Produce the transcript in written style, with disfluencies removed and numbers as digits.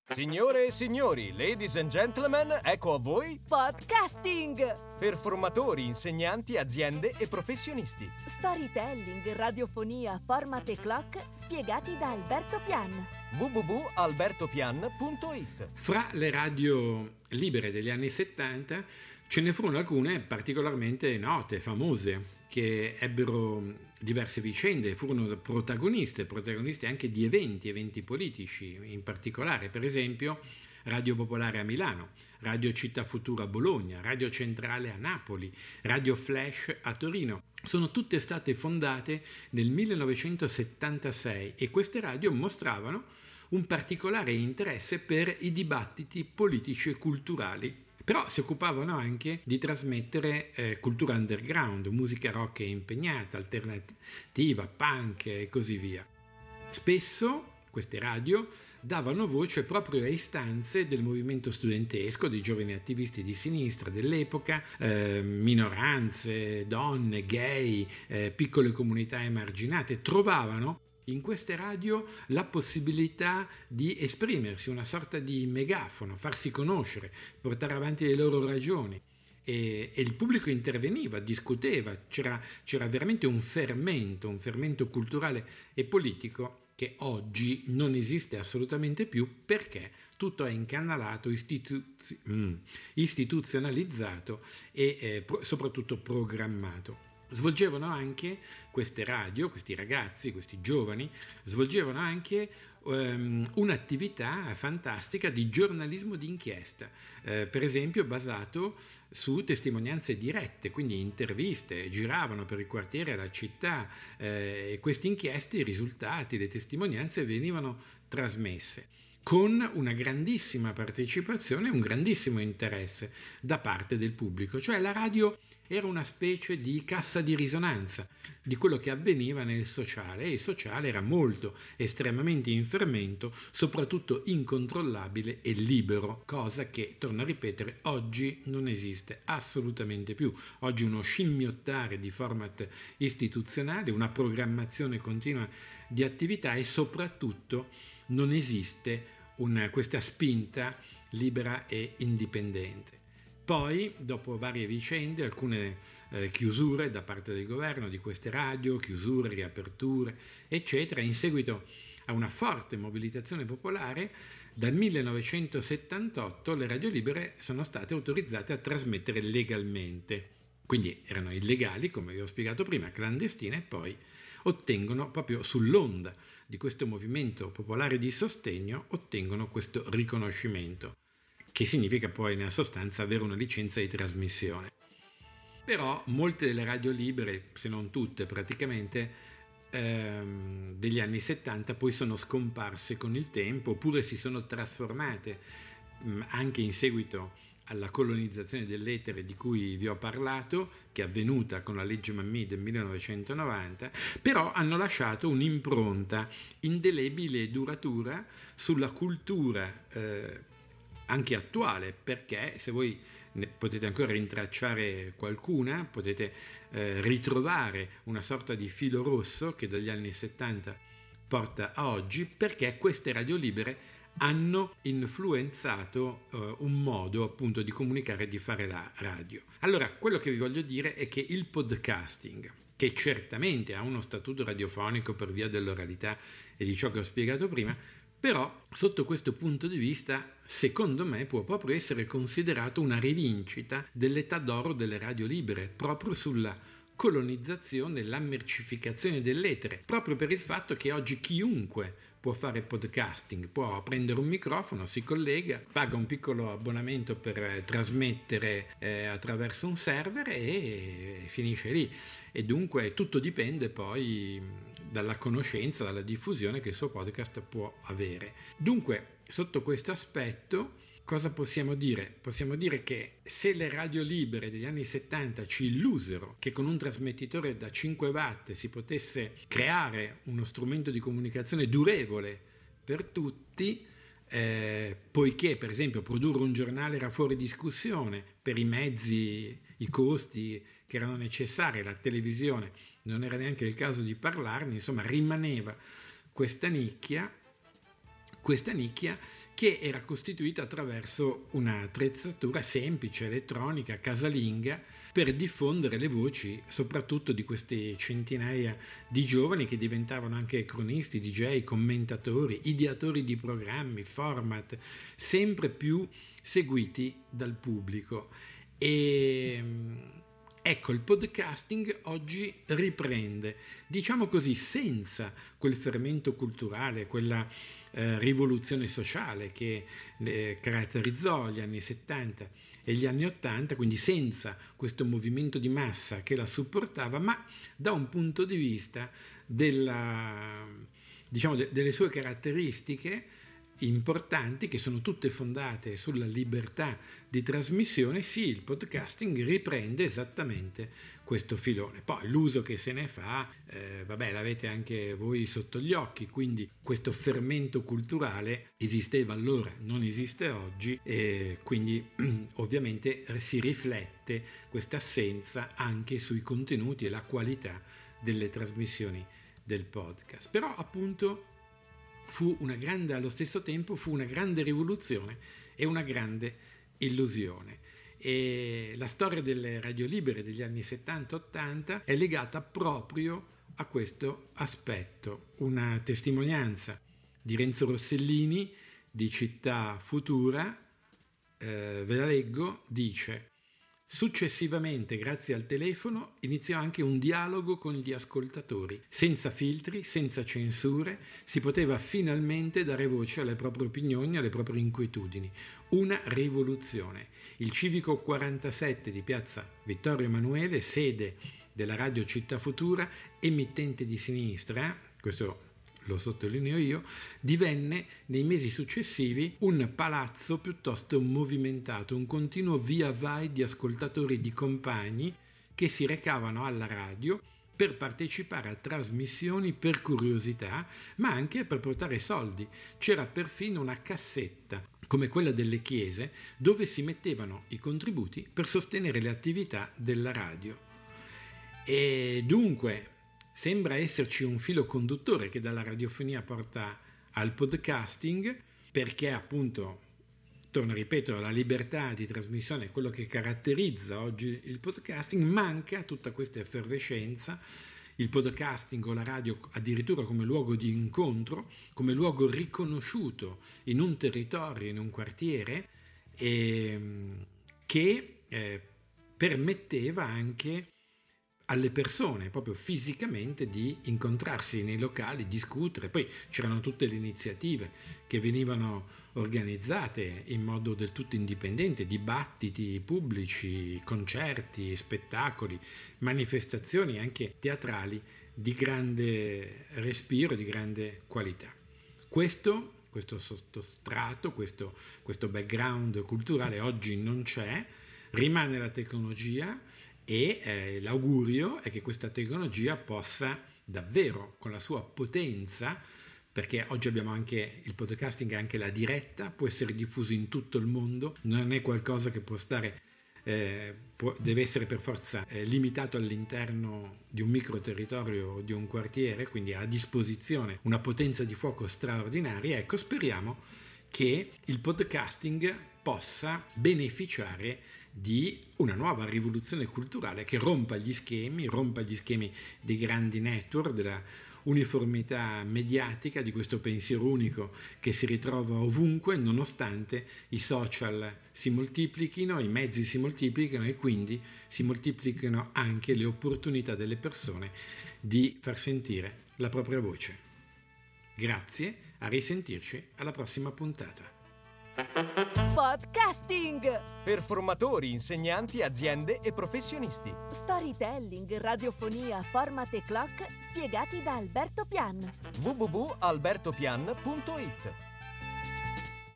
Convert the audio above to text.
Signore e signori, ladies and gentlemen, ecco a voi Podcasting! per formatori, insegnanti, aziende e professionisti. Storytelling, radiofonia, format e clock spiegati da Alberto Pian. www.albertopian.it. Fra le radio libere degli anni 70 ce ne furono alcune particolarmente note, famose, che ebbero diverse vicende, furono protagoniste anche di eventi politici, in particolare per esempio Radio Popolare a Milano, Radio Città Futura a Bologna, Radio Centrale a Napoli, Radio Flash a Torino. Sono tutte state fondate nel 1976 e queste radio mostravano un particolare interesse per i dibattiti politici e culturali. Però si occupavano anche di trasmettere cultura underground, musica rock impegnata, alternativa, punk e così via. Spesso queste radio davano voce proprio a istanze del movimento studentesco, dei giovani attivisti di sinistra dell'epoca, minoranze, donne, gay, piccole comunità emarginate. Trovavano in queste radio la possibilità di esprimersi, una sorta di megafono, farsi conoscere, portare avanti le loro ragioni. E il pubblico interveniva, discuteva, c'era veramente un fermento culturale e politico che oggi non esiste assolutamente più perché tutto è incanalato, istituzionalizzato e soprattutto programmato. Svolgevano anche queste radio, questi ragazzi, questi giovani, svolgevano anche un'attività fantastica di giornalismo d'inchiesta, per esempio basato su testimonianze dirette, quindi interviste, giravano per i quartieri alla città e queste inchieste, i risultati, le testimonianze venivano trasmesse con una grandissima partecipazione e un grandissimo interesse da parte del pubblico, cioè la radio era una specie di cassa di risonanza di quello che avveniva nel sociale e il sociale era estremamente in fermento, soprattutto incontrollabile e libero, cosa che, torno a ripetere, oggi non esiste assolutamente più. Oggi uno scimmiottare di format istituzionali, una programmazione continua di attività e soprattutto non esiste questa spinta libera e indipendente. Poi, dopo varie vicende, alcune chiusure da parte del governo di queste radio, chiusure, riaperture, eccetera, in seguito a una forte mobilitazione popolare, dal 1978 le radio libere sono state autorizzate a trasmettere legalmente. Quindi erano illegali, come vi ho spiegato prima, clandestine, e poi ottengono, proprio sull'onda di questo movimento popolare di sostegno, ottengono questo riconoscimento, che significa poi nella sostanza avere una licenza di trasmissione. Però molte delle radio libere, se non tutte praticamente, degli anni 70 poi sono scomparse con il tempo, oppure si sono trasformate anche in seguito alla colonizzazione dell'etere di cui vi ho parlato, che è avvenuta con la legge Mammì del 1990, però hanno lasciato un'impronta indelebile e duratura sulla cultura anche attuale, perché se voi ne potete ancora rintracciare qualcuna, potete ritrovare una sorta di filo rosso che dagli anni 70 porta a oggi, perché queste radio libere hanno influenzato un modo appunto di comunicare e di fare la radio. Allora, quello che vi voglio dire è che il podcasting, che certamente ha uno statuto radiofonico per via dell'oralità e di ciò che ho spiegato prima, però sotto questo punto di vista, secondo me, può proprio essere considerato una rivincita dell'età d'oro delle radio libere, proprio sulla colonizzazione, la mercificazione dell'etere, proprio per il fatto che oggi chiunque può fare podcasting, può prendere un microfono, si collega, paga un piccolo abbonamento per trasmettere attraverso un server e finisce lì. E dunque tutto dipende poi dalla conoscenza, dalla diffusione che il suo podcast può avere. Dunque, sotto questo aspetto, cosa possiamo dire? Possiamo dire che se le radio libere degli anni 70 ci illusero che con un trasmettitore da 5 watt si potesse creare uno strumento di comunicazione durevole per tutti, poiché per esempio produrre un giornale era fuori discussione per i mezzi, i costi che erano necessari, la televisione non era neanche il caso di parlarne, insomma rimaneva questa nicchia che era costituita attraverso un'attrezzatura semplice, elettronica, casalinga, per diffondere le voci soprattutto di queste centinaia di giovani che diventavano anche cronisti, DJ, commentatori, ideatori di programmi, format, sempre più seguiti dal pubblico. E ecco, il podcasting oggi riprende, diciamo così, senza quel fermento culturale, quella rivoluzione sociale che caratterizzò gli anni 70 e gli anni 80, quindi senza questo movimento di massa che la supportava, ma da un punto di vista delle sue caratteristiche importanti, che sono tutte fondate sulla libertà di trasmissione. Sì, il podcasting riprende esattamente questo filone. Poi l'uso che se ne fa, l'avete anche voi sotto gli occhi, quindi questo fermento culturale esisteva allora, non esiste oggi, e quindi ovviamente si riflette questa assenza anche sui contenuti e la qualità delle trasmissioni del podcast. Però appunto allo stesso tempo fu una grande rivoluzione e una grande illusione. E la storia delle radio libere degli anni 70-80 è legata proprio a questo aspetto. Una testimonianza di Renzo Rossellini di Città Futura, ve la leggo, dice: successivamente, grazie al telefono, iniziò anche un dialogo con gli ascoltatori. Senza filtri, senza censure, si poteva finalmente dare voce alle proprie opinioni, alle proprie inquietudini. Una rivoluzione. Il Civico 47 di Piazza Vittorio Emanuele, sede della Radio Città Futura, emittente di sinistra, questo lo sottolineo io, divenne nei mesi successivi un palazzo piuttosto movimentato, un continuo via vai di ascoltatori e di compagni che si recavano alla radio per partecipare a trasmissioni per curiosità, ma anche per portare soldi. C'era perfino una cassetta, come quella delle chiese, dove si mettevano i contributi per sostenere le attività della radio. E dunque sembra esserci un filo conduttore che dalla radiofonia porta al podcasting, perché appunto, torno a ripetere, la libertà di trasmissione è quello che caratterizza oggi il podcasting. Manca tutta questa effervescenza, il podcasting o la radio addirittura come luogo di incontro, come luogo riconosciuto in un territorio, in un quartiere, che permetteva anche alle persone proprio fisicamente di incontrarsi nei locali, discutere. Poi c'erano tutte le iniziative che venivano organizzate in modo del tutto indipendente, dibattiti pubblici, concerti, spettacoli, manifestazioni anche teatrali di grande respiro, di grande qualità. Questo sottostrato, questo background culturale oggi non c'è, rimane la tecnologia. E l'augurio è che questa tecnologia possa davvero, con la sua potenza, perché oggi abbiamo anche il podcasting, anche la diretta, può essere diffuso in tutto il mondo, non è qualcosa che può stare, deve essere per forza limitato all'interno di un micro territorio o di un quartiere, quindi ha a disposizione una potenza di fuoco straordinaria. Ecco, speriamo che il podcasting possa beneficiare di una nuova rivoluzione culturale che rompa gli schemi dei grandi network, della uniformità mediatica, di questo pensiero unico che si ritrova ovunque, nonostante i social si moltiplichino, i mezzi si moltiplichino e quindi si moltiplichino anche le opportunità delle persone di far sentire la propria voce. Grazie, a risentirci alla prossima puntata. Podcasting! Per formatori, insegnanti, aziende e professionisti. Storytelling, radiofonia, format e clock spiegati da Alberto Pian. www.albertopian.it